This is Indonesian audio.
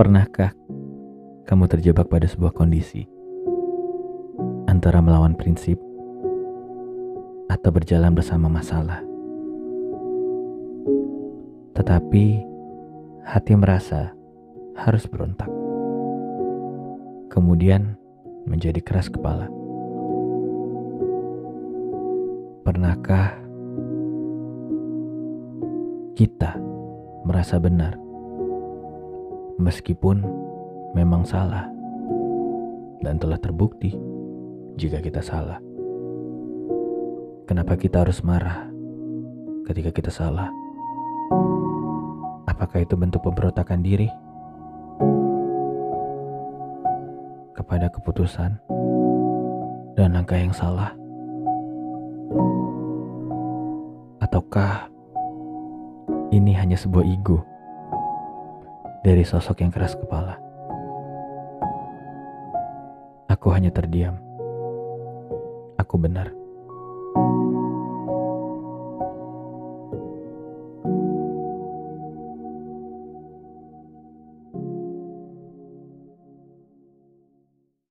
Pernahkah kamu terjebak pada sebuah kondisi antara melawan prinsip atau berjalan bersama masalah? Tetapi hati merasa harus berontak, kemudian menjadi keras kepala. Pernahkah kita merasa benar meskipun memang salah dan telah terbukti jika kita salah? Kenapa kita harus marah ketika kita salah? Apakah itu bentuk pemberontakan diri kepada keputusan dan langkah yang salah? Ataukah ini hanya sebuah ego dari sosok yang keras kepala? Aku hanya terdiam. Aku benar.